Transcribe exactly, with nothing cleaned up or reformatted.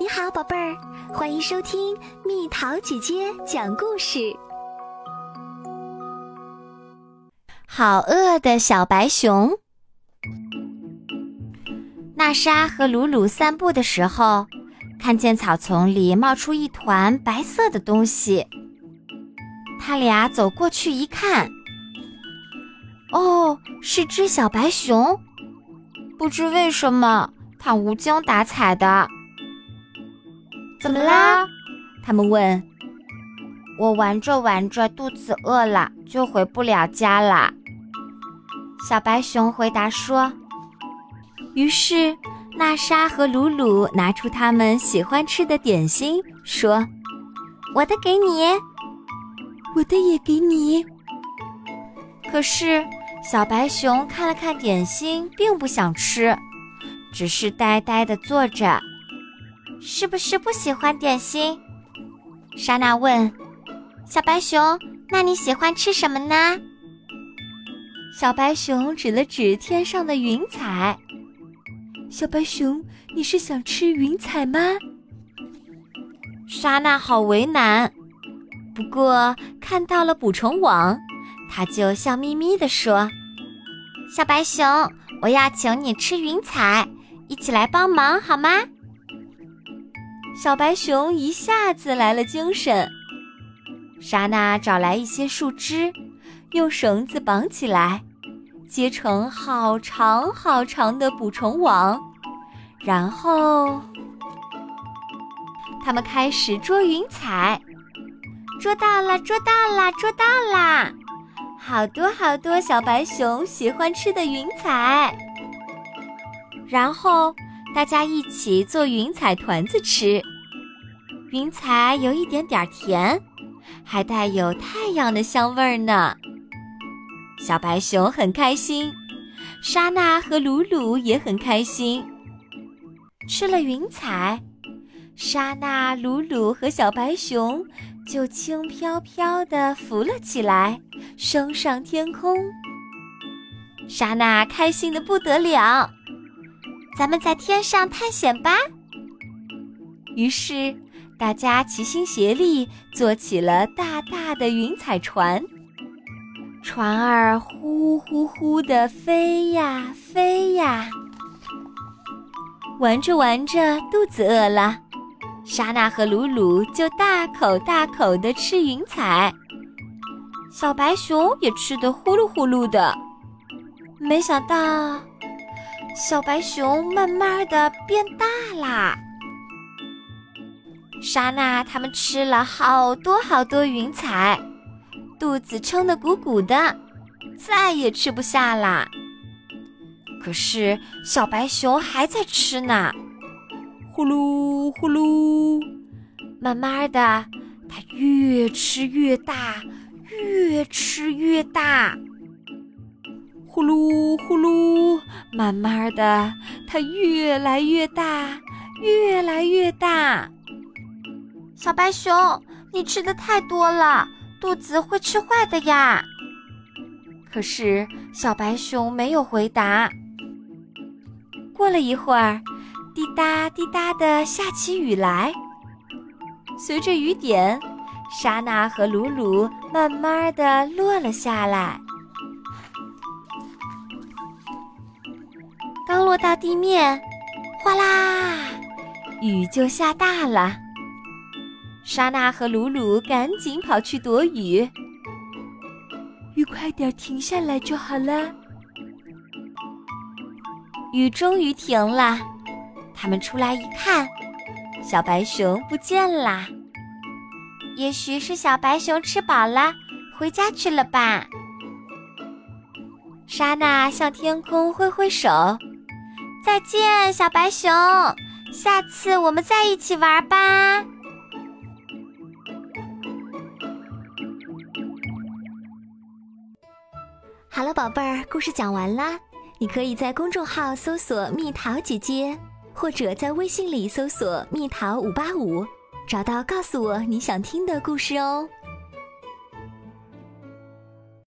你好，宝贝儿，欢迎收听蜜桃姐姐讲故事。 好饿的小白熊。娜莎和鲁鲁散步的时候，看见草丛里冒出一团白色的东西。他俩走过去一看，哦，是只小白熊。不知为什么，它无精打采的。怎么啦？他们问。我玩着玩着肚子饿了，就回不了家了。小白熊回答说。于是娜莎和鲁鲁拿出他们喜欢吃的点心，说：我的给你， 我的也给你。 可是小白熊看了看点心，并不想吃，只是呆呆地坐着。是不是不喜欢点心？莎娜问。小白熊，那你喜欢吃什么呢？小白熊指了指天上的云彩。 小白熊，你是想吃云彩吗？ 莎娜好为难，不过看到了捕虫网，她就笑眯眯地说：小白熊，我要请你吃云彩，一起来帮忙好吗？小白熊一下子来了精神。莎娜找来一些树枝，用绳子绑起来，结成好长好长的捕虫网，然后他们开始捉云彩。捉到了，捉到了，捉到了！好多好多小白熊喜欢吃的云彩。然后大家一起做云彩团子吃。云彩有一点点甜，还带有太阳的香味儿呢。小白熊很开心，莎娜和鲁鲁也很开心。吃了云彩，莎娜、鲁鲁和小白熊就轻飘飘地浮了起来，升上天空。莎娜开心得不得了，咱们在天上探险吧。于是大家齐心协力做起了大大的云彩船，船儿呼呼呼地飞呀飞呀。玩着玩着肚子饿了，莎娜和鲁鲁就大口大口地吃云彩，小白熊也吃得呼噜呼噜的。没想到小白熊慢慢地变大啦。莎娜他们吃了好多好多云彩，肚子撑得鼓鼓的，再也吃不下啦。可是小白熊还在吃呢，呼噜呼噜，慢慢的它越吃越大，越吃越大。呼噜呼噜，慢慢的它越来越大，越来越大。小白熊，你吃的太多了，肚子会吃坏的呀。可是小白熊没有回答。过了一会儿，滴答滴答地下起雨来。随着雨点，莎娜和鲁鲁慢慢地落了下来。刚落到地面，哗啦，雨就下大了。莎娜和鲁鲁赶紧跑去躲雨。 雨快点停下来就好了。 雨终于停了，他们出来一看，小白熊不见啦。也许是小白熊吃饱了，回家去了吧。莎娜向天空挥挥手，再见，小白熊，下次我们再一起玩吧。 好了，宝贝儿，故事讲完啦。你可以在公众号搜索蜜桃姐姐，或者在微信里搜索蜜桃五八五，找到告诉我你想听的故事哦。